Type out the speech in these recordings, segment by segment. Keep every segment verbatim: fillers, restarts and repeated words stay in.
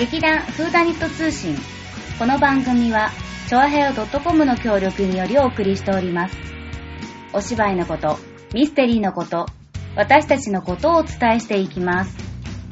劇団フーダニット通信。この番組はチョアヘオ .com の協力によりお送りしております。お芝居のこと、ミステリーのこと、私たちのことをお伝えしていきます。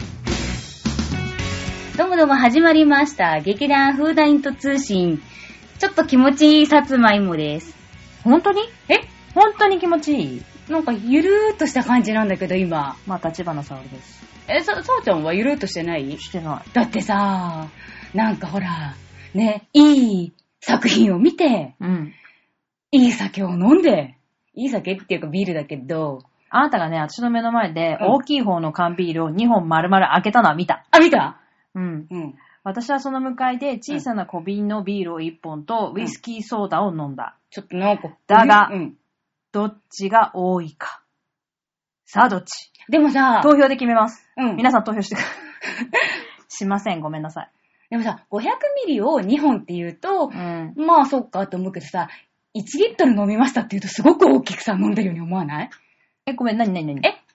どうもどうも始まりました。劇団フーダニット通信。ちょっと気持ちいいさつまいもです。 本当に？え？本当に気持ちいい？ なんかゆるーっとした感じなんだけど今。 まあ、立花沙織です。 え、さ、さおちゃんはゆるーっとしてない？ してない。 だってさ、なんかほら、ね、いい作品を見て、 うん。 いい酒を飲んで、いい酒っていうかビールだけど、 あなたがね、私の目の前で大きい方の缶ビールをにほん丸々開けたのは見た。 あ、見た？ うん。 うん。 私はその向かいで小さな小瓶のビールをいっぽんとウイスキーソーダを飲んだ。 ちょっとなんか、 だが、 うん、 どっちが多いか。さあどっち？ でもさ、 投票で決めます。 うん。 皆さん投票してください。しません。ごめんなさい。 でもさ、ごひゃくミリをにほんって言うと、 うん、 まあそっかと思うけどさ、いちリットル飲みましたって言うとすごく大きくさ飲んでるように思わない？ え、ごめん、なになになに？え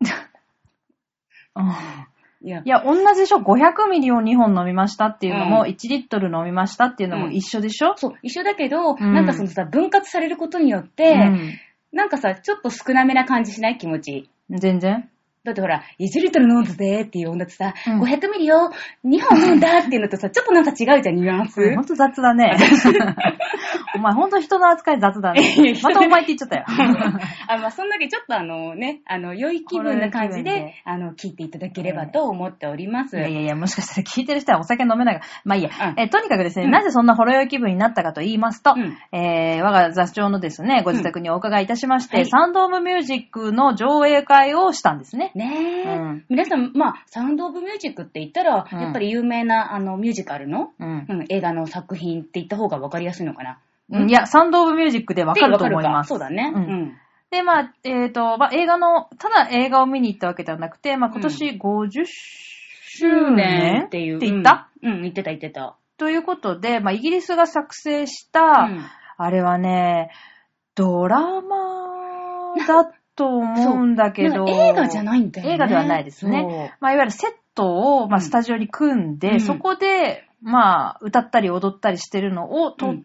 いや、いや、同じでしょ。ごひゃくミリをにほん飲みましたっていうのも、うん、いちリットル飲みましたっていうのも一緒でしょ、うん、 そう、一緒だけど、うん、なんかそのさ、分割されることによって、うん、なんかさ、ちょっと少なめな感じしない？気持ち。 全然。 だってほら、いちリットル飲んだぜっていう女とさ、うん、ごひゃくミリをにほん飲んだっていうのとさ、ちょっとなんか違うじゃん、ニュアンス。 ほんと雑だね。お前ほんと人の扱い雑だね。またお前って言っちゃったよ。 あ、まあ、そんだけちょっとあのね、あの、良い気分な感じで、あの、聞いていただければと思っております。 いやいやいや、もしかしたら聞いてる人はお酒飲めないから。まあいいや。うん、えとにかくですね、うん、なぜそんなほろ酔い気分になったかと言いますと、うん、えー、我が座長のですね、ご自宅にお伺いいたしまして、うんはい、サウンドオブミュージックの上映会をしたんですね。 ねえ。うん皆さん、まあ、サウンドオブミュージックって言ったら、うん、やっぱり有名な、あの、ミュージカルの、うんうん、映画の作品って言った方が分かりやすいのかな。 うん、いや、サウンドオブミュージックで分かると思います。 そうだね。うん。 で、まあ、えっと、まあ、映画の、ただ映画を見に行ったわけではなくて、まあ、今年ごじゅっしゅうねんっていう。って言った、 うん、うん、言ってた言ってた。 ということで、まあ、イギリスが作成した、うん、あれはね、ドラマだった。と思うんだけど、 映画じゃないんだよね。 映画ではないですね。まあ、いわゆるセットを、まあ、スタジオに組んで、うん、そこで、まあ、歌ったり踊ったりしてるのを撮って、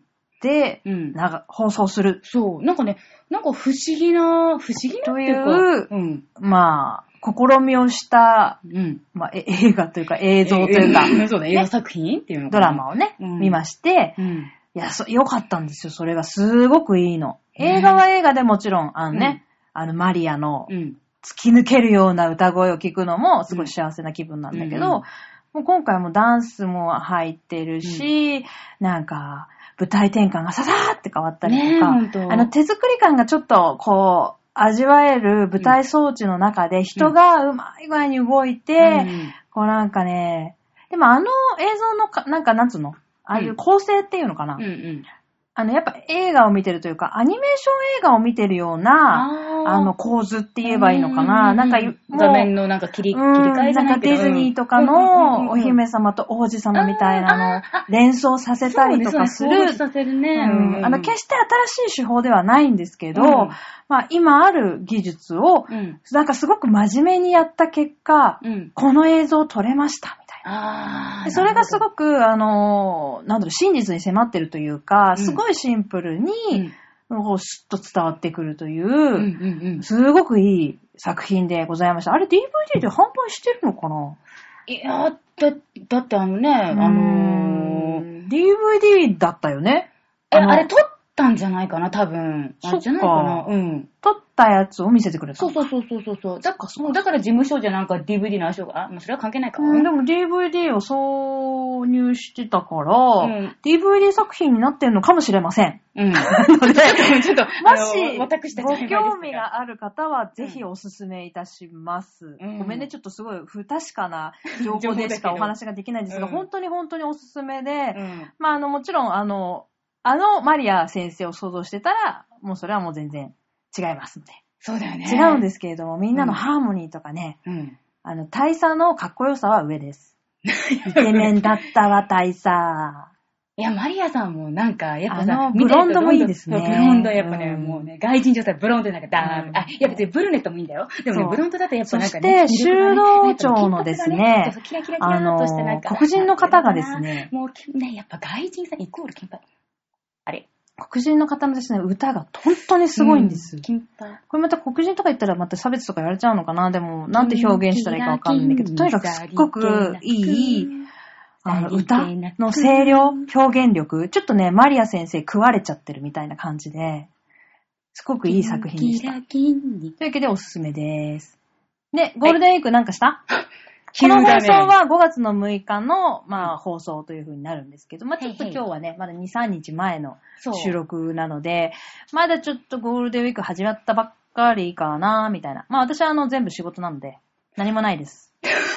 うん、なんか放送する。 そう。なんかね、なんか不思議な、不思議なという、うん、まあ、試みをした、うん、まあ、映画というか映像というか、 えそうだ、映画作品っていうのかなドラマをね、うん、見まして、うん、いや、そ、よかったんですよ。それがすごくいいの。映画は映画でもちろん、あのね、うんあの、マリアの突き抜けるような歌声を聞くのもすごい幸せな気分なんだけど、うんうん、もう今回もダンスも入ってるし、うん、なんか舞台転換がささーって変わったりとか、ね、あの手作り感がちょっとこう味わえる舞台装置の中で人がうまい具合に動いて、うん、こうなんかね、でもあの映像のか、なんかなんつうのああいう構成っていうのかな、うんうんあの、やっぱ映画を見てるというか、アニメーション映画を見てるような、あ, あの構図って言えばいいのかな。なんか、 画面のなんか切り、切り替えじゃないけど。 なんかディズニーとかのお姫様と王子様みたいなのを連想させたりとかする。 させるね。 うん。あの、決して新しい手法ではないんですけど、うん、まあ、今ある技術を、うん、なんかすごく真面目にやった結果、うん、この映像を撮れました。 あでそれがすごく、あの、なんだろう、真実に迫ってるというか、すごいシンプルに、うん、こうスッと伝わってくるという、うんうんうん、すごくいい作品でございました。あれ ディーブイディー で販売してるのかないやだ、だってあのね、あのー、 ディーブイディー だったよね。 え、あれ撮ったんじゃないかな多分。 そっか。 じゃないかなうん。 撮ったやつを見せてくれた。 そうそうそうそうそう。だから、だから事務所じゃなんか ディーブイディー の相性が、あ、もうそれは関係ないか。 うん、でも ディーブイディー を挿入してたから、うん、ディーブイディー 作品になってんのかもしれません。うん。ので、ちょっと、もし、私たちご興味がある方は、ぜひおすすめいたします。うん、ごめんね、ちょっとすごい不確かな情報でしかお話ができないんですが、うん、本当に本当におすすめで、うん、まあ、あの、もちろん、あの、あのマリア先生を想像してたら、もうそれはもう全然違いますので。 そうだよね。 違うんですけれども、みんなのハーモニーとかね、うん、あの、大佐のかっこよさは上です。イケメンだったわ、大佐。 いや、マリアさんもなんか、やっぱあさ、 のブロンドもいいですね。 ブロンド、やっぱね、 うん、 もうね、外人女性ブロンドなんかダーン、うん、あ、いや別にブルネットもいいんだよ。でもね、ブロンドだとやっぱなんかね、 そして、修道長のですね、あの、黒人の方がですね、 もうね、やっぱ外人さんイコール金髪。あれ黒人の方のですね、歌が本当にすごいんです。 うん、金髪。 これまた黒人とか言ったらまた差別とか言われちゃうのかな。でも、なんて表現したらいいかわかんないんだけど、とにかくすっごくいい、あの、歌の声量、表現力、ちょっとね、マリア先生食われちゃってるみたいな感じで、すごくいい作品でした。というわけでおすすめです。で、ゴールデンウィークなんかした、はい、この放送はごがつのむいかの、まあ、放送という風になるんですけど、まあ、ちょっと今日はね、まだに、さんにちまえの収録なので、まだちょっとゴールデンウィーク始まったばっかりかな、みたいな。まあ、私はあの、全部仕事なので、何もないです。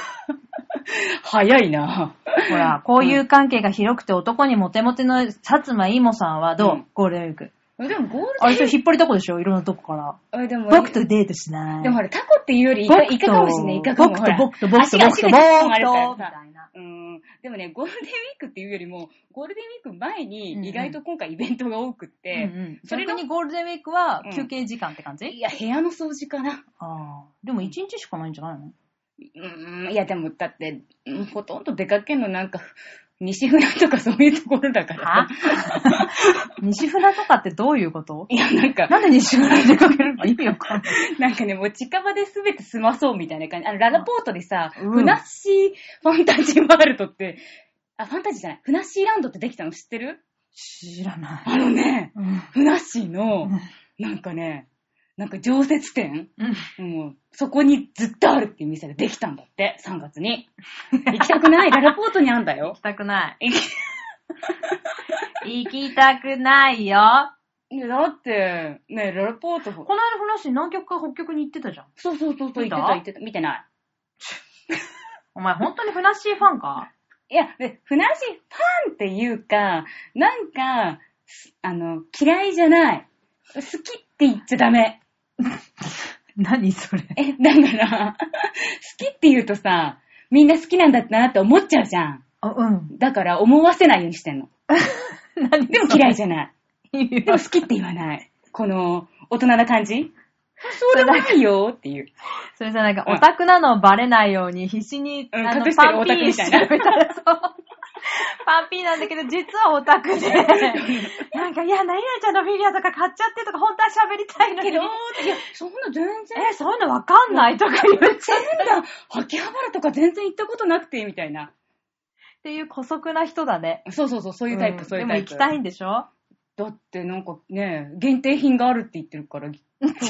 早いな。 ほら、こういう関係が広くて男にモテモテの薩摩イモさんはどう、うん、ゴールデンウィーク。 でもゴールデンウィーク。 あれ、それ引っ張りだこでしょ、いろんなとこから。 あでも僕とデートしない。 でもほら、タコっていうよりイカ、イカかもしれない、イカかも。 僕と僕と僕と僕と僕と僕とみたいな。 うん。でもね、ゴールデンウィークっていうよりも、ゴールデンウィーク前に意外と今回イベントが多くって、 うんうん、それにゴールデンウィークは休憩時間って感じ、うん、 いや、部屋の掃除かな。 ああ。でもいちにちしかないんじゃないの？ うん、いやでもだって、うん、ほとんど出かけんのなんか、西船とかそういうところだからさ。 西船とかってどういうこと？ いやなんか。 なんで西船に出かけるの？意味わかんない。 なんかね、もう近場で全て済まそうみたいな感じ。あの、ララポートでさ、うん、フナッシーファンタジーワールドって、あ、ファンタジーじゃない、フナッシーランドってできたの知ってる？ 知らない。 あのね、 うん、 フナッシーの、なんかね、なんか常設店、うん、もうそこにずっとあるっていう店ができたんだって、さんがつに。行きたくない？ララポートにあんだよ。 行きたくない。行きたくないよ。 だって、ね、ララポート。 この間話南極か北極に行ってたじゃん。 そうそうそうそう、行ってた行ってた。見てない。 お前本当にフナッシーファンか？ いや、で、フナッシーファンっていうか、なんか、あの、嫌いじゃない。好きって言っちゃダメ。 何それ？ え、だから、好きって言うとさ、みんな好きなんだってなって思っちゃうじゃん。 あ、うん。 だから思わせないようにしてんの。 何でも嫌いじゃない。でも好きって言わない。この、大人な感じ？そうでもないよっていう。 それじゃなんか、オタクなのバレないように必死に、 うん、隠してるオタクみたいな。 パンピーなんだけど、実はオタクで。なんか、いや、何々ちゃんのフィギュアとか買っちゃってとか、本当は喋りたいのに。 けど、いや、そんな全然。 え、そういうのわかんないとか言っちゃうんだ。秋葉原とか全然行ったことなくて、みたいな。 っていう姑息な人だね。 そうそうそう、そういうタイプ、うん、そういうタイプ。 でも行きたいんでしょ？ だってなんかね、限定品があるって言ってるから。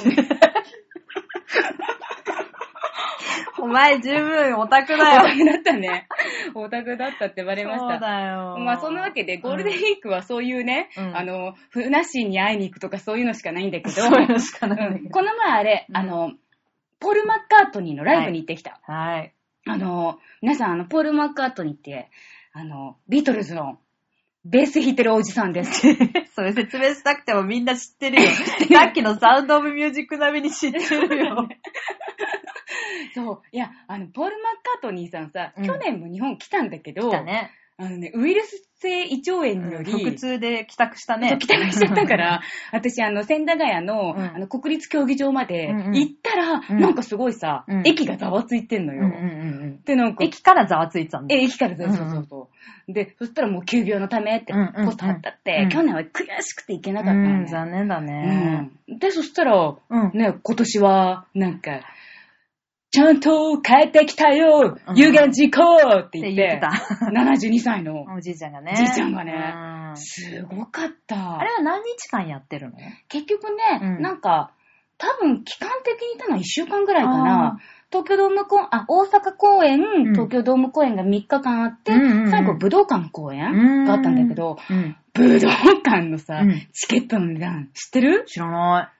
お前十分オタクだよ。 オタクだったね。オタクだったってバレました。 そうだよ。 まあそんなわけで、ゴールデンウィークはそういうね、うん、あの、フナッシーに会いに行くとかそういうのしかないんだけど、 そういうのしかないんだけど、 うん、この前あれ、うん、あの、ポール・マッカートニーのライブに行ってきた。 はい。はい、 あの、皆さん、あの、ポール・マッカートニーって、あの、ビートルズのベース弾いてるおじさんです。 それ説明したくてもみんな知ってるよ。さっきのサウンドオブミュージック並みに知ってるよ。 そう。いや、あの、ポール・マッカートニーさんさ、うん、去年も日本来たんだけど、 来たね。 あのね、ウイルス性胃腸炎により、 腹痛で帰宅したね。 帰宅しちゃったから、私、あの、千駄ヶ谷の、うん、あの、国立競技場まで行ったら、うんうん、なんかすごいさ、うん、駅がざわついてんのよ。 うんうんうん、 で、なんか、 駅からざわついてたんだ。 え、駅からざわついてた。そうそう。で、そしたらもう急病のためってポスト貼ったって、うんうんうん、去年は悔しくて行けなかったのね、 うん。残念だね。 うん。で、そしたら、うん、ね、今年は、なんか、ちゃんと帰ってきたよ、うん、有言実行って言って、って言ってたななじゅうにさいのおじいちゃんがね。 じいちゃんがね、うん、すごかった。 あれは何日間やってるの？ 結局ね、うん、なんか、多分期間的にいたのはいっしゅうかんぐらいかな。東京ドーム公、あ、大阪公演、うん、東京ドーム公演がみっかかんあって、うんうんうん、最後武道館の公演があったんだけど、うん、武道館のさ、うん、チケットの値段知ってる？ 知らない。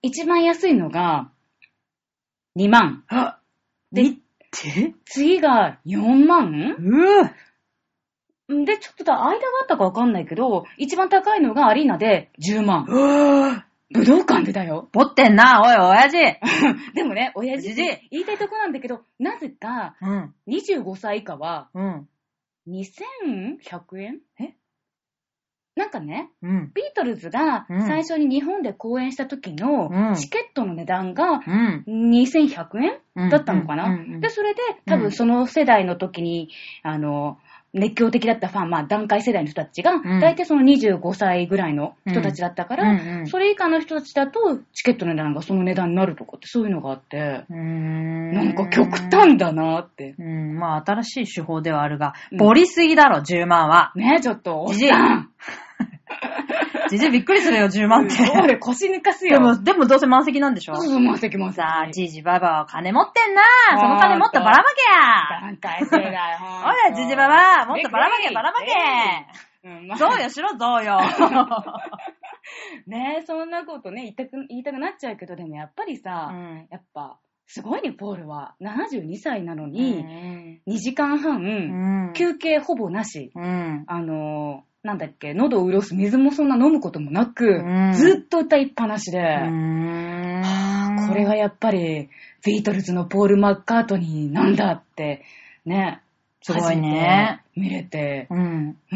一番安いのがにまん。 あで、次がよんまん？ うーで、ちょっと間があったかわかんないけど、一番高いのがアリーナでじゅうまん。 うー武道館でだよ。 持ってんな、おい、親父。 でもね、親父で言いたいとこなんだけど、なぜか、にじゅうごさい以下は、にせんひゃくえん？ えなんかね、 うん、 ビートルズが最初に日本で公演した時のチケットの値段がにせんひゃくえんだったのかな、うんうんうんうん、で、それで多分その世代の時に、あの、熱狂的だったファン、まあ団塊世代の人たちが、大体そのにじゅうごさいぐらいの人たちだったから、うんうん、それ以下の人たちだとチケットの値段がその値段になるとかってそういうのがあって、うーんなんか極端だなって。 うん、まあ新しい手法ではあるが、ボリすぎだろ、じゅうまんは。 ねえ、ちょっと。 じじい。じじいびっくりするよ、じゅうまんって。 俺腰抜かすよ。 でも、でもどうせ満席なんでしょ？ そう、満席満席。 さあ、じじばばは金持ってんな。その金もっとばらまけや。 団塊世代、ほんと。 おい、じじばば、もっとばらまけ、ばらまけ。うんまあ、そうよ、しろ、そうよ。 ねえ、そんなことね、言いたく、言いたくなっちゃうけど、でもやっぱりさ、うん、やっぱ、すごいね、ポールは。ななじゅうにさいなのに、うん、にじかんはん、うん、休憩ほぼなし、うん、あの、なんだっけ、喉を潤す水もそんな飲むこともなく、うん、ずっと歌いっぱなしで、うんはあ、これがやっぱり、ビートルズのポール・マッカートニーなんだって、ね。 すごいね。 見れて。 うん。 うん。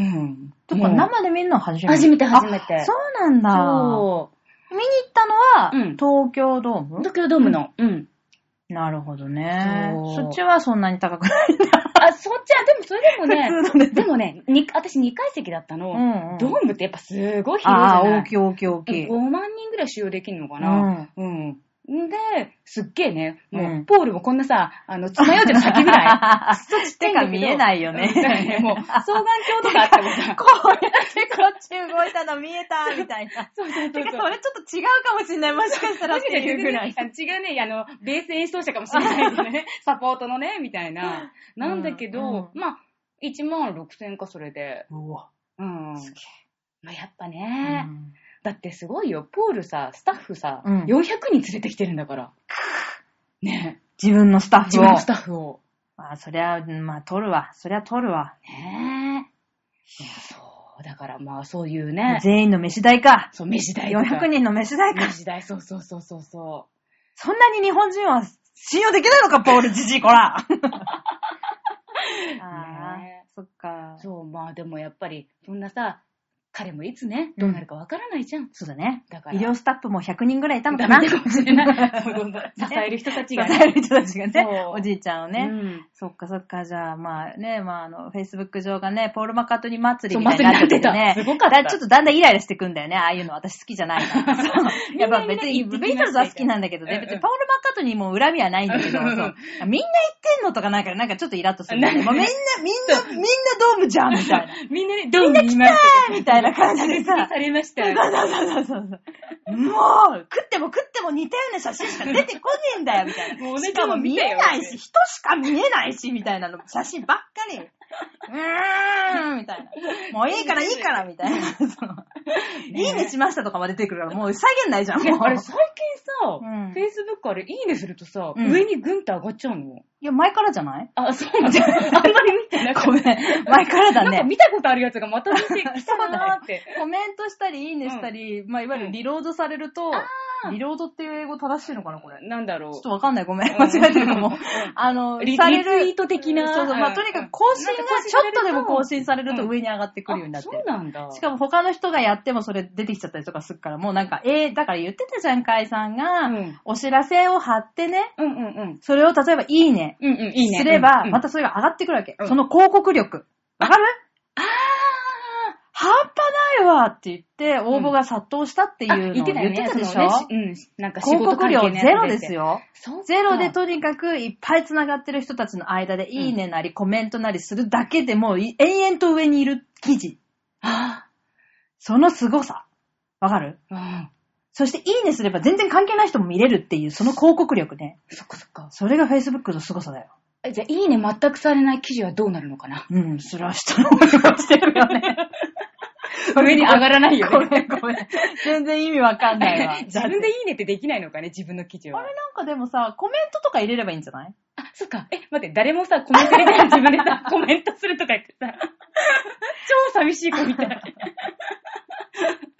とか生で見るのは初めて。 初めて初めて。 そうなんだ。そう。見に行ったのは、うん、東京ドーム？ 東京ドームの。うん。うん、 なるほどね。そっちはそんなに高くないんだ。 あ、そっちは、でもそれでもね、でもね、に私にかい席だったの、うんうん、ドームってやっぱすごい広いじゃない。 ああ、大きい大きい大きい。 ごまんにんぐらい収容できるのかな。うん。うんんで、すっげえね、もう、うん、ポールもこんなさ、あの、爪楊枝の先ぐらい。 そっち手が見えないよね。 もう、双眼鏡とかあってもさ、 こうやってこっち動いたの見えた、みたいな。そうそうそうそう。それちょっと違うかもしれない。もしかしたらっていうぐらい。 違うね、あの、ベース演奏者かもしれないけどね。サポートのね、みたいな。なんだけど、うんうん、まあ、いちまんろくせんか、それで。 うわ。 うん。すげえ。まあ、やっぱね、うんだってすごいよ。ポールさ、スタッフさ、うん、よんひゃくにん連れてきてるんだから。ね自分のスタッフを。 自分のスタッフを。 まあ、そりゃ、まあ、取るわ。そりゃ取るわ。 ねえ。そう。だからまあ、そういうね。 全員の飯代か。 そう、飯代。 よんひゃくにんの飯代か。 飯代、そうそうそうそうそう。 そんなに日本人は信用できないのか、ポールじじい、こら。ああ、ね、そっか。 そう、まあでもやっぱり、そんなさ、彼もいつね、どうなるかわからないじゃん。 うん、そうだね。だから。医療スタッフもひゃくにんぐらいいたのかな。 かもしれない。支える人たちがね。支える人たちがね。おじいちゃんをね。うん、そっかそっか。じゃあまあね、まああの、Facebook 上がね、ポール・マッカートニー祭りみたいになっててね。 すごかった。 ちょっとだんだんイライラしてくんだよね。ああいうの私好きじゃないから。やっぱ別に、ビートルズは好きなんだけどね。別にポール・マッカートニーも恨みはないんだけど、そう。みんな言ってんのとかなんか、なんかちょっとイラッとする、ね。もうみんな、みんな、みんなドームじゃんみたいな。 みんなね、 ドームに来たーみたいな感じでさ。 されました。 そうそうそうそう。もう、食っても食っても似たような写真しか出てこねえんだよ、みたいな。もうしかも見えないし、人しか見えないし、みたいなの、写真ばっかり。うーん、みたいな。もういいからいいから、みたいな。いいねしましたとかまで出てくるから、もう下げんないじゃん、もう。 あれ最近さ、うん、Facebook あれいいねするとさ、うん、上にグンって上がっちゃうの？ いや、前からじゃない？ あ、そうなんだ。あんまり見てなかった。 ごめん。前からだね。 なんか見たことあるやつがまた見てきたなーって。 コメントしたり、いいねしたり、うん、まあ、いわゆるリロードされると、うん、リロードっていう英語正しいのかな、これ。 なんだろう。 ちょっとわかんない。ごめん。間違えてるかも。あの、 リツイート的な。 そうそう。まあ、とにかく更新がちょっとでも更新されると上に上がってくるようになってる。 そうなんだ。 しかも他の人がやってもそれ出てきちゃったりとかするから、もうなんか、えー、だから言ってたじゃん、かいさんが、うん、お知らせを貼ってね、 うんうんうん。 それを例えばいいね。 うんうん、いいね。 すれば、またそれが上がってくるわけ。うん、その広告力。わかる？ あー半端ないわって言って、応募が殺到したっていうのを言ってたでしょ？ うん、なんか広告料ゼロですよ。ゼロでとにかくいっぱい繋がってる人たちの間で、いいねなりコメントなりするだけでもう延々と上にいる記事。 あその凄さ。わかる？ うん。 そして、いいねすれば全然関係ない人も見れるっていう、その広告力ね。 そっかそっか。 それが Facebook の凄さだよ。 じゃあ、いいね全くされない記事はどうなるのかな？ うん、それは下の方に落ちてるよね。 上に上がらないよね。 ごめんごめん。全然意味わかんないわ。 自分でいいねってできないのかね、自分の記事は。 あれなんかでもさ、コメントとか入れればいいんじゃない？ あ、そっか。え、待って、誰もさ、コメント入れない自分でさ、コメントするとか言ってさ、超寂しい子みたい。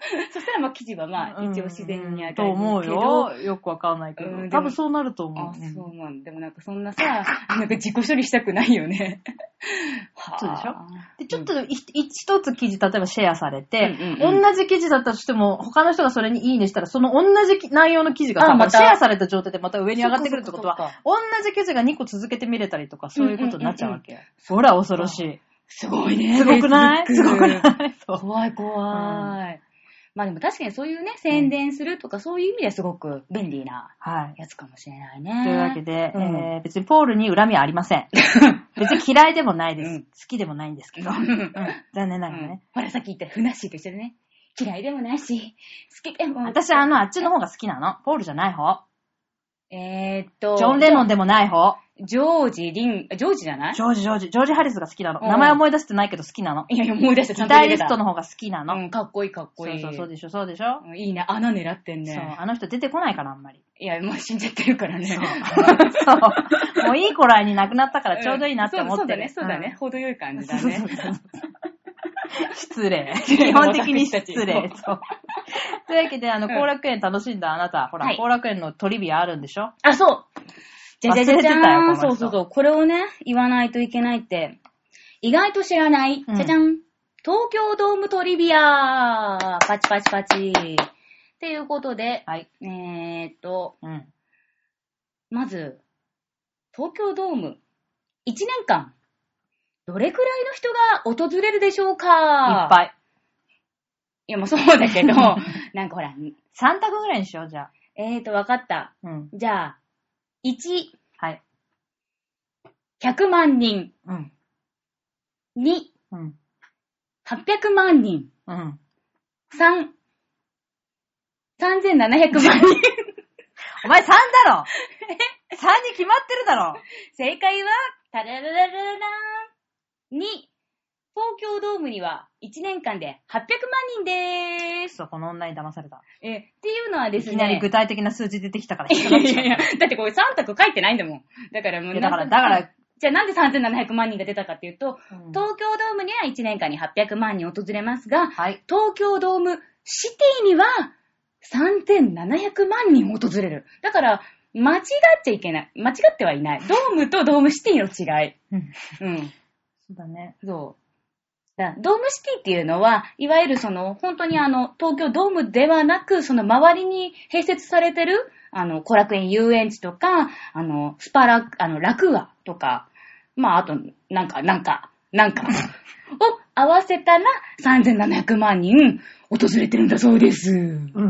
そしたらまあ記事はまあ一応自然に与えるけど、 と思うよ。よくわかんないけど、うん、多分そうなると思う。 あ、そうなん。でもなんかそんなさ、なんか自己処理したくないよね。 そうでしょ。でちょっと一つ記事例えばシェアされて、うんうんうん、同じ記事だったとしても他の人がそれにいいねしたらその同じ内容の記事がさ、ま、シェアされた状態でまた上に上がってくるってことは、同じ記事がにこ続けて見れたりとかそういうことになっちゃうわけ。うんうんうんうん、ほら恐ろしい。 すごいね。 すごくないすごくない怖い怖い。うん、まあでも確かにそういうね、宣伝するとかそういう意味ではすごく便利なやつかもしれないね。はい、 というわけで、うん、えー、別にポールに恨みはありません。別に嫌いでもないです。うん、好きでもないんですけど。うん、残念ながらね、うん。 ほらさっき言ったフナッシーと一緒でね。嫌いでもないし、好きでも。 私あの、あっちの方が好きなの。ポールじゃない方。 えーっと。 ジョン・レノンでもない方。 ジョージ・リン、ジョージじゃないジョージ、ジョージ、ジョージ・ハリスが好きなの。名前思い出してないけど好きなの。 いやいや、思い出してちゃんとギタリストの方が好きなの。 うん、かっこいいかっこいい。 そうそう、そうでしょ、そうでしょ。 いいね、穴狙ってんね。 そう、あの人出てこないからあんまり。 いや、もう死んじゃってるからね。そう。 そうもういい頃合いに亡くなったからちょうどいいなって思ってる。 うん、そうだね、そうだね。程よい感じだね。そうそうそう失礼。基本的に失礼。そう。というわけで、あの、後楽園楽しんだあなた、ほら、後楽園のトリビアあるんでしょ？ あ、そう。じゃじゃじゃじゃーん。そうそうそう。これをね、言わないといけないって、意外と知らない。じゃじゃん。東京ドームトリビアパチパチパチ。っていうことで、はい、えーっと、うん、まず、東京ドーム、いちねんかん、どれくらいの人が訪れるでしょうか？ いっぱい。 いや、もうそうだけど、なんかほら、 さん択ぐらいにしよう、じゃあ。 えーと、わかった。うん、じゃあ、いち、 はい。 ひゃくまんにん。うん。に、うん。はっぴゃくまんにん。うん。さん、さんぜんななひゃくまんにん。 お前さんだろさんに決まってるだろ正解は、タララララララーン。に、東京ドームにはいちねんかんではっぴゃくまんにんでーす。 そう、この女に騙された。 え、っていうのはですね。 いきなり具体的な数字出てきたから。 いやいやいや、だってこれさん択書いてないんだもん。だからもう。 だから、だから、 じゃあなんでさんぜんななひゃくまんにんが出たかっていうと、うん、東京ドームにはいちねんかんにはっぴゃくまんにん訪れますが、はい、東京ドームシティにはさんぜんななひゃくまんにん訪れる。だから、間違っちゃいけない。間違ってはいない。ドームとドームシティの違い。うん。 そうだね。 そう。だドームシティっていうのは、いわゆるその、本当にあの、東京ドームではなく、その周りに併設されてる、あの、後楽園遊園地とか、あの、スパラ、あの、ラクーアとか、まあ、あと、なんか、なんか、なんか、を合わせたらさんぜんななひゃくまんにん訪れてるんだそうです。うん。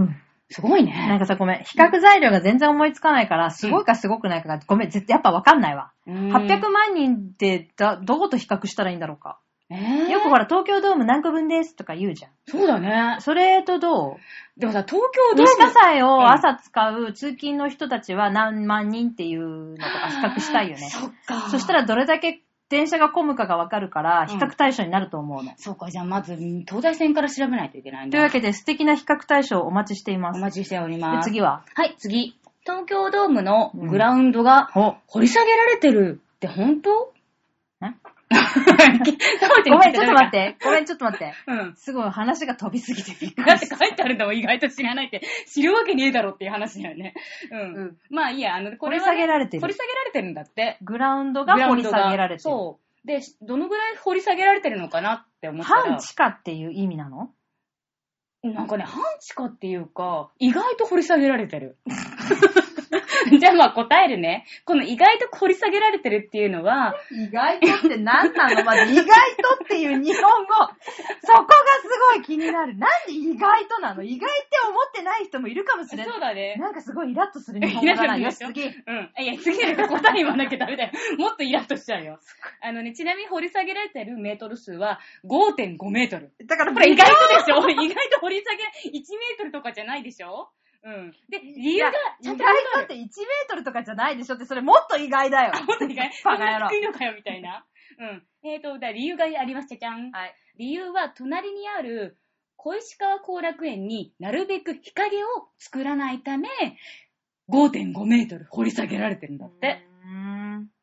すごいね。 なんかさ、ごめん。比較材料が全然思いつかないから、すごいかすごくないかが、ごめん、絶対やっぱわかんないわ。はっぴゃくまんにんってだ、どこと比較したらいいんだろうか。えー、よくほら、東京ドーム何個分ですとか言うじゃん。 そうだね。 それとどう？ でもさ、東京ドーム。 西葛西を朝使う通勤の人たちは何万人っていうのとか比較したいよね。 そっか。 そしたらどれだけ電車が混むかがわかるから、比較対象になると思うの。うん、 そうか、じゃあまず、東西線から調べないといけないんだ。 というわけで、素敵な比較対象をお待ちしています。 お待ちしております。 で、次は？ はい、次。東京ドームのグラウンドが掘り下げられてるって本当？んごめん、ちょっと待って。ごめん、ちょっと待って。うん。すごい話が飛びすぎてびっくりした。 だって書いてあるんだもん、意外と知らないって。知るわけねえだろっていう話だよね。うん。うん、まあいいや、あの、これは、ね、 掘り下げられてる。 掘り下げられてるんだって。 グラウンドが掘り下げられてる。 そう。で、どのぐらい掘り下げられてるのかなって思ったら。 半地下っていう意味なの？ なんかね、半地下っていうか、意外と掘り下げられてる。じゃあまあ答えるね。この意外と掘り下げられてるっていうのは、 意外とって何なの？まず意外とっていう日本語。そこがすごい気になる。なんで意外となの？意外って思ってない人もいるかもしれない。 そうだね。 なんかすごいイラッとする日本語だな。よし、次。うん。 いや、次で答え言わなきゃダメだよ。もっとイラッとしちゃうよ。あのね、ちなみに掘り下げられてるメートル数は ごてんご メートル。だからこれ意外とでしょ？意外と掘り下げいちメートルとかじゃないでしょ？うん。で、理由が、 意外とっていちメートルとかじゃないでしょって、それもっと意外だよ。 もっと意外。バカ野郎。低いのかよ、みたいな。うん。えーと、だ理由があります、ちゃちゃん。はい。理由は、隣にある、小石川後楽園になるべく日陰を作らないため、ごてんご メートル掘り下げられてるんだって。うーん。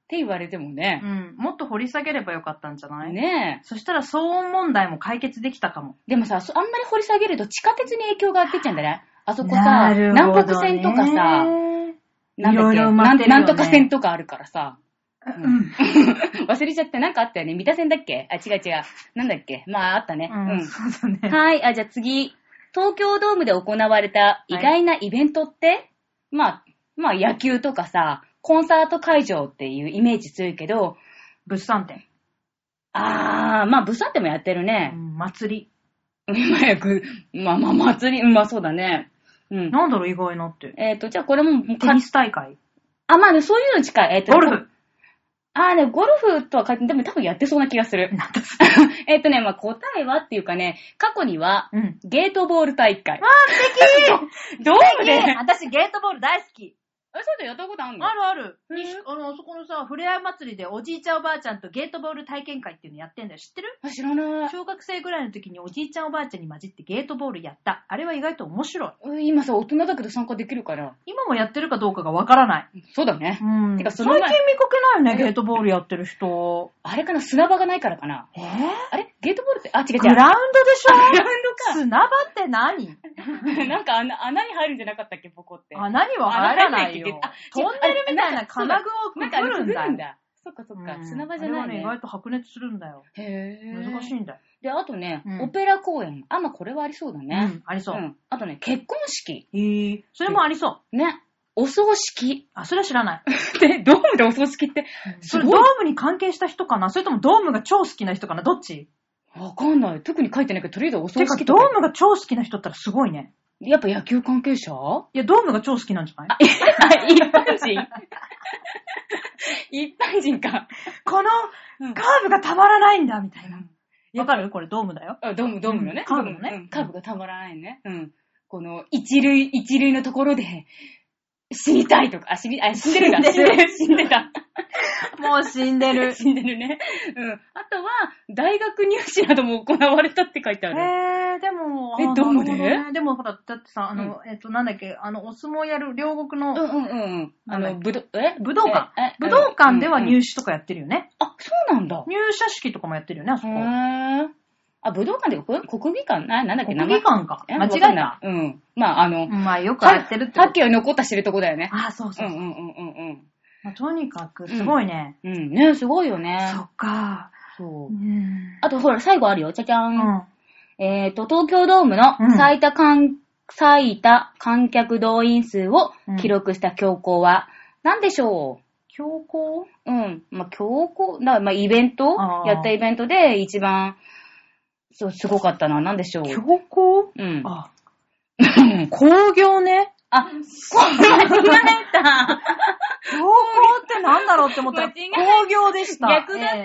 って言われてもね。 うん。もっと掘り下げればよかったんじゃない？ ねえ。 そしたら騒音問題も解決できたかも。 でもさ、あんまり掘り下げると地下鉄に影響が出ちゃうんだね。あそこさ、ね、南北線とかさ、なんだっけ、なんで、なんとか線とかあるからさ。うん、忘れちゃった。なんかあったよね。三田線だっけ？あ、違う違う。なんだっけ？まあ、あったね。 うん。うん、そうだね。 はい。あ、じゃあ次。東京ドームで行われた意外なイベントって、はい、まあ、まあ野球とかさ、コンサート会場っていうイメージ強いけど、 物産展。 あー、まあ物産展もやってるね。 うん、祭り。まあまあ祭り、まあそうだね。うん。 なんだろう、意外なって。 えっ、ー、と、じゃあこれも、 テニス大会？ あ、まあね、そういうの近い。えっ、ー、と、 ゴルフ。 あーね、ゴルフとは書いて、でも多分やってそうな気がする。えっとね、まあ、答えはっていうかね、過去には、うん、ゲートボール大会。 わー、素敵ドームで私ゲートボール大好き。 え、そうだよ、やったことあるの？ あるある。あの、そこのさ、ふれあい祭りでおじいちゃんおばあちゃんとゲートボール体験会っていうのやってんだよ。知ってる？ あ、知らない。 小学生ぐらいの時におじいちゃんおばあちゃんに混じってゲートボールやった。あれは意外と面白い。今さ、大人だけど参加できるから。 今もやってるかどうかがわからない。 そうだね。 うん。 てかその前最近見かけないよね、ゲートボールやってる人。 あれかな、砂場がないからかな。 えー、 あれゲートボールって、あ、違う違う。 グラウンドでしょ？ グラウンドか。 砂場って何？ なんか穴、穴に入るんじゃなかったっけ、ボコって。 穴には入らないよ。トンネルみたいな金具をくぐるんだよ。んだそっかそっか、うん、砂場じゃないね。 あれはね、意外と白熱するんだよ。 へー。 難しいんだよ。 で、あとね、うん、オペラ公演。あ、まあ、これはありそうだね。 うん、ありそう。うん。 あとね、結婚式。 へー。それもありそう。 ね。お葬式。 あ、それは知らない。 で、ドームでお葬式って、 それドームに関係した人かな？それともドームが超好きな人かな？どっち？ わかんない。特に書いてないけど、とりあえずお葬式とか。 てか、ドームが超好きな人ったらすごいね。 やっぱ野球関係者？ いや、ドームが超好きなんじゃない？ あ、一般人一般人か。 このカーブがたまらないんだ、みたいな。わ、うん、かる？これドームだよ。 あ、ドーム、ドームのね。 うん、カーブのね、 うん。カーブがたまらないね。うん。この一塁、一塁のところで、死にたいとか、あ、死に、あ、死んでるんだ。死んでる。死んでた。 もう死んでる。 死んでるね。うん。あとは、大学入試なども行われたって書いてある。 へー、でも、 え、ドームで、 ね、でもほら、だってさ、あの、うん、えっと、なんだっけ、あの、お相撲やる両国の、 うんうんうん。あの、武道、え武道館。え武道館では入試とかやってるよね。 うんうん、あ、そうなんだ。 入社式とかもやってるよね、あそこ。へー。あ、武道館で国技館な、なんだっけ、 国技館か。間違えた。 うん。まあ、あの、 まあ、よくやってるって。 はっきり残った知るとこだよね。 あ、そうそうそう。 うんうんうんうんうん。 まあ、とにかく、すごいね。 うん、うん、ね、すごいよね。 そっか。 そう。うん。あと、ほら、最後あるよ。じゃじゃーん。うん、えっと、東京ドームの最多観、最多観客動員数を記録した強行は何でしょう？ 強行？ うん。まあ、強行、だまあ、イベントやったイベントで一番、そう、すごかったのは何でしょう？ 強行？ うん。 あ。工業ね。 あ、間違えた。強行ってなんだろうって思ったら工業でした。 逆だった。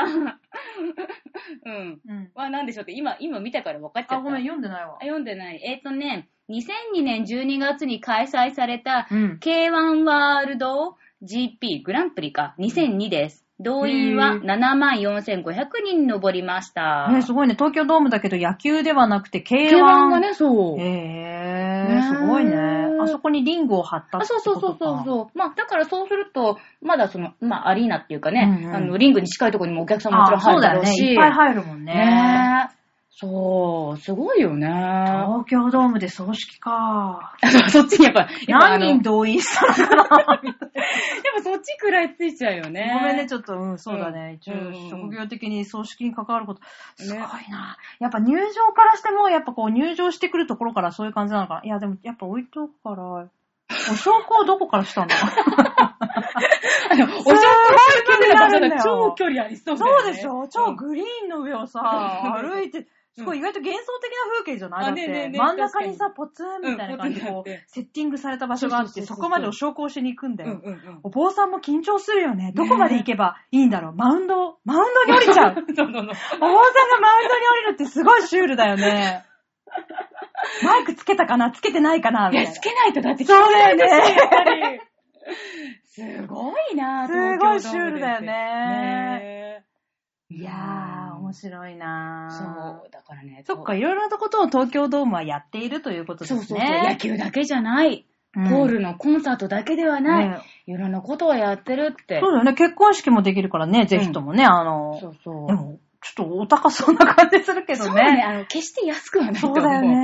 えー、うん。うん。は何でしょうって、今、今見たから分かっちゃった。 あ、ごめん、読んでないわ。 読んでない。えっ、ー、とね、にせんにねんじゅうにがつに開催された、うん、ケーワン ワールド ジーピー グランプリか、にせんにです。動員はななまんよんせんごひゃくにんに上りました。 ね、すごいね。東京ドームだけど野球ではなくて ケーワン。 ケーワン がね、そう。 へー、すごいね。あそこにリングを張ったってことか。 あ、そうそうそうそう。まあ、だからそうすると、まだその、まあ、アリーナっていうかね、うんうん、あの、リングに近いところにもお客さんももちろん入るだろうし。 そうだよね。いっぱい入るもんね。 ねそう、すごいよね。 東京ドームで葬式か。 そっちにやっぱ、やっぱ何人動員したのかなみたいな。 やっぱそっちくらいついちゃうよね。 ごめんね、ちょっと、うん、そうだね。一応、職業的に葬式に関わること、すごいな。やっぱ入場からしても、やっぱこう入場してくるところからそういう感じなのかな。いや、でもやっぱ置いとくから、お証拠はどこからしたんだあの、お証拠するまでの超距離ありそうだよね。 そうでしょ？超グリーンの上をさ、歩いて、すごい意外と幻想的な風景じゃない？だって、ねねね、真ん中にさ、ポツンみたいな感じでこう、セッティングされた場所があって、そこまでお焼香しに行くんだよ。うんうんうん、お坊さんも緊張するよね。どこまで行けばいいんだろう。マウンド、マウンドに降りちゃう。そうそうそうお坊さんがマウンドに降りるってすごいシュールだよね。マイクつけたかなつけてないかなみたいな。 いや、つけないとだって聞こえないですよ、やっぱり。 すごいなぁ、 すごいシュールだよね。ねいやー、面白いなぁ。 そう、だからね。 そっか、いろいろなことを東京ドームはやっているということですね。 そうそうそう、野球だけじゃない。 うん、ポールのコンサートだけではない、ね、いろんなことをやってるって。 そうだよね。結婚式もできるからね、ぜひともね、うん、あの、そうそう。でも、ちょっとお高そうな感じするけどね。そうね、あの、決して安くはないと思う。 そうだよね。うん、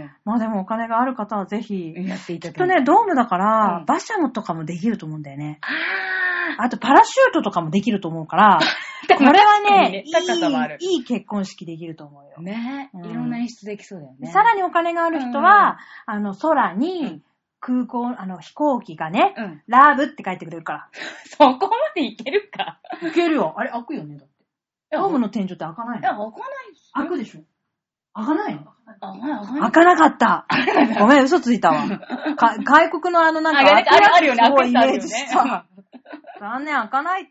まあでもお金がある方はぜひ。 やっていただききっとね、ドームだから、うん、馬車もとかもできると思うんだよね。ああと、パラシュートとかもできると思うから、これはね、ね高さはあるいい、いい結婚式できると思うよ。 ね、うん、いろんな演出できそうだよね。 さらにお金がある人は、うん、あの、空に、空港、あの、飛行機がね、うん、ラブって書いてくれるから。 そこまでいけるか。 いけるよ。あれ、開くよね、だって。ドームの天井って開かないの？ いや、開かない開くでしょ？開かないの？ 開かない。 開かなかった。ごめん、嘘ついたわ。か外国のあのなんか、 あれ、あるよね、 すごいイメージした。残念、開かないって。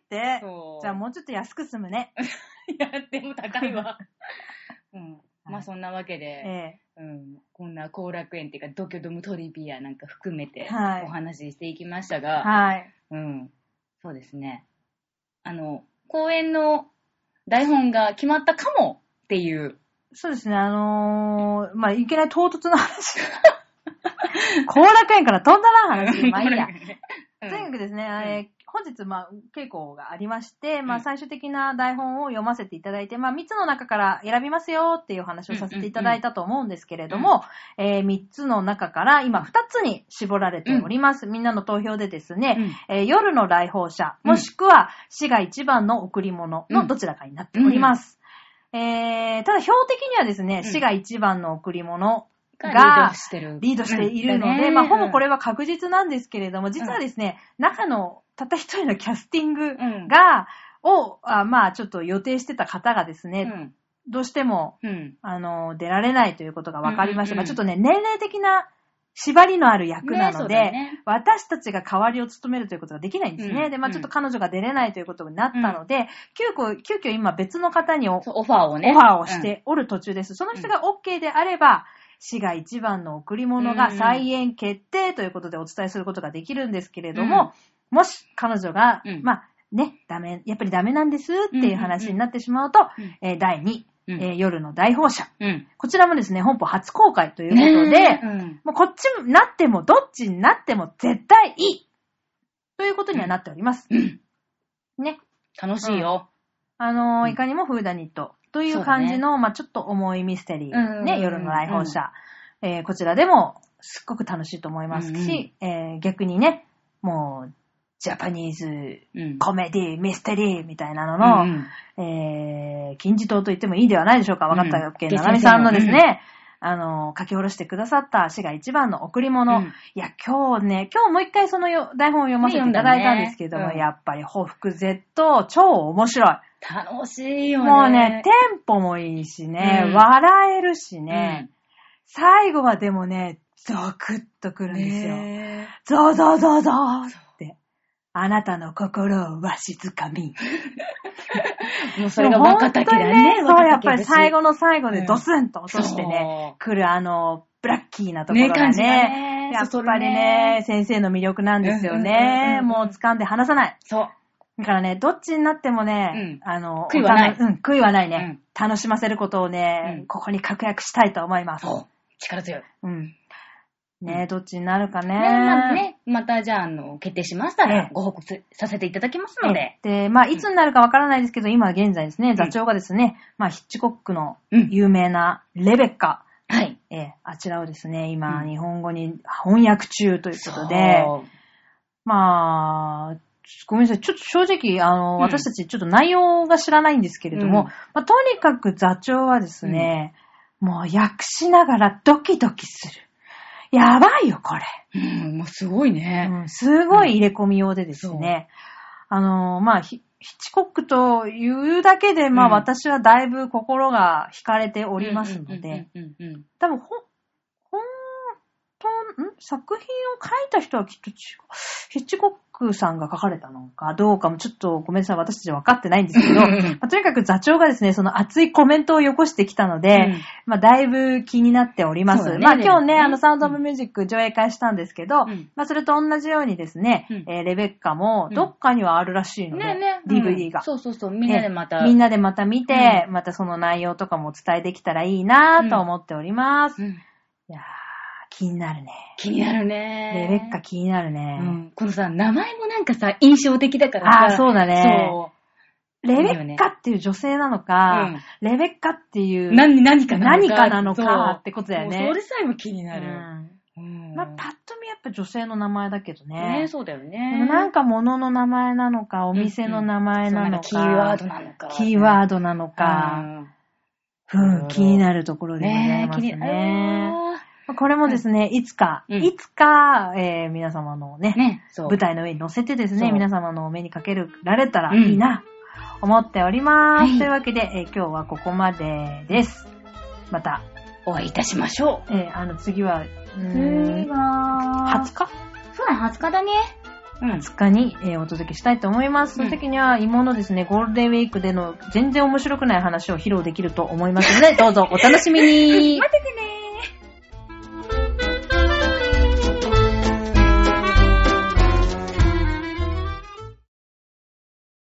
じゃあもうちょっと安く済むね。 いや、でも高いわ。うん。まあそんなわけで、ええ、うん、こんな後楽園っていうかドキョドムトリビアなんか含めてお話ししていきましたが、 はい、 うん、そうですね。あの、公演の台本が決まったかもっていう。 そうですね、あのー、まあ、いきなり唐突な話。後楽園から飛んだな話。まあいいや。うん、とにかくですね、うん、えー、本日、まあ、稽古がありまして、まあ、最終的な台本を読ませていただいて、まあ、みっつの中から選びますよっていうお話をさせていただいたと思うんですけれども、うんうんうん、えー、みっつの中から今ふたつに絞られております。うん、みんなの投票でですね、うん、えー、夜の来訪者、もしくは滋賀一番の贈り物のどちらかになっております。うんうん、えー、ただ表的にはですね、滋賀一番の贈り物、がリードしてる。リードしているので、うん、まあ、ほぼこれは確実なんですけれども、実はですね、うん、中のたった一人のキャスティングが、うん、を、あまあ、ちょっと予定してた方がですね、うん、どうしても、うん、あの、出られないということが分かりました。うんうんうん、まあ、ちょっとね、年齢的な縛りのある役なので、ねね、私たちが代わりを務めるということができないんですね。うん、で、まあ、ちょっと彼女が出れないということになったので、うん、急遽、急遽今別の方にオファーをね、 オファーをしておる途中です。その人が OK であれば、滋賀一番の贈り物が再演決定ということでお伝えすることができるんですけれども、うん、もし彼女が、うん、まあね、ダメ、やっぱりダメなんですっていう話になってしまうと、うんうんうん、えー、だいに、うん、えー、夜の大放射、うん。こちらもですね、本邦初公開ということで、うん、もうこっちになってもどっちになっても絶対いいということにはなっております。うん、ね。 楽しいよ。 うん、あのー、いかにもフーダニット。という感じの、ね、まあちょっと重いミステリー、ね、夜の来訪者、うんえー。こちらでもすっごく楽しいと思いますし、うんうんえー、逆にね、もう、ジャパニーズ、コメディ、ミステリーみたいなのの、うんうんえー、金字塔と言ってもいいではないでしょうか。わかったよ、け、うん、ななみさんのですね、うん、あの、書き下ろしてくださった滋賀一番の贈り物。うん、いや、今日ね、今日もう一回その台本を読ませていただいたんですけども、ねうん、やっぱりほふくぜと超面白い。 楽しいよね。 もうね、テンポもいいしね、うん、笑えるしね、うん、最後はでもね、ゾクッとくるんですよ。ね、ゾゾゾゾーって。あなたの心をわしづかみ。 もうそれが若竹だね。 そう、やっぱり最後の最後でドスンと落としてね、うん、来るあの、ブラッキーなところがね、ねやっぱりね、先生の魅力なんですよね。うんうんうんうん、もう掴んで離さない。 そう。 だからね、どっちになってもね、うん、あの、 悔いはない。 うん、悔いはないね。うん、楽しませることをね、うん、ここに確約したいと思います。 そう。力強い。 うん。ねえ、どっちになるかね。ねまあね、またじゃあ、あの、決定しましたら、ご報告させていただきますので。 で、まあ、いつになるかわからないですけど、今現在ですね、座長がですね、まあ、ヒッチコックの有名なレベッカ。 はい。 え、あちらをですね、今、日本語に翻訳中ということで、まあ、ごめんなさい。ちょっと正直、あの、うん、私たちちょっと内容が知らないんですけれども、うんまあ、とにかく座長はですね、うん、もう訳しながらドキドキする。やばいよ、これ。 うん、もうすごいね。 うん、すごい入れ込み用でですね。うん、あの、まあ、ヒッチコックというだけで、まあ、うん、私はだいぶ心が惹かれておりますので、多分、ほ、ほんと、ん作品を書いた人はきっと違う。ヒッチコックさんが書かれたのかどうかもちょっとごめんなさい、私たち分かってないんですけど、まあ、とにかく座長がですね、その熱いコメントをよこしてきたので、うん、まあだいぶ気になっております。ね、まあ今日ね、ねあのサウンドオブミュージック上映会したんですけど、うん、まあそれと同じようにですね、うんえー、レベッカもどっかにはあるらしいので、うんねね、ディーブイディー が、うん。 そうそうそう、みんなでまた。 みんなでまた見て、うん、またその内容とかもお伝えできたらいいなと思っております。うんうん、いやー気になるね。 気になるね。 レベッカ気になるね。 うん。このさ、名前もなんかさ、印象的だからさ。 ああ、そうだね。 そう。 レベッカっていう女性なのか、うん、レベッカっていう何、何かなのか。 何かなのかってことだよね。 それさえも気になる。 うん。まあ、パッと見やっぱ女性の名前だけどね。 ね、そうだよね。 でもなんか物の名前なのか、お店の名前なのか。うんうん、 キーワードなのか。 キーワードなのか。うん、気になるところでございますね。ねこれもですね、いつか、うん、いつか、えー、皆様のね、ね舞台の上に乗せてですね、皆様のお目にかけられたらいいな、うん、思っております。はい、というわけで、えー、今日はここまでです。また、 お会いいたしましょう。 えー、あの、次は、うーん、はつか？ そうだね、はつかだね。 はつかに、えー、お届けしたいと思います。その時には、芋のですね、ゴールデンウィークでの全然面白くない話を披露できると思いますので、どうぞお楽しみに。 待っててねー。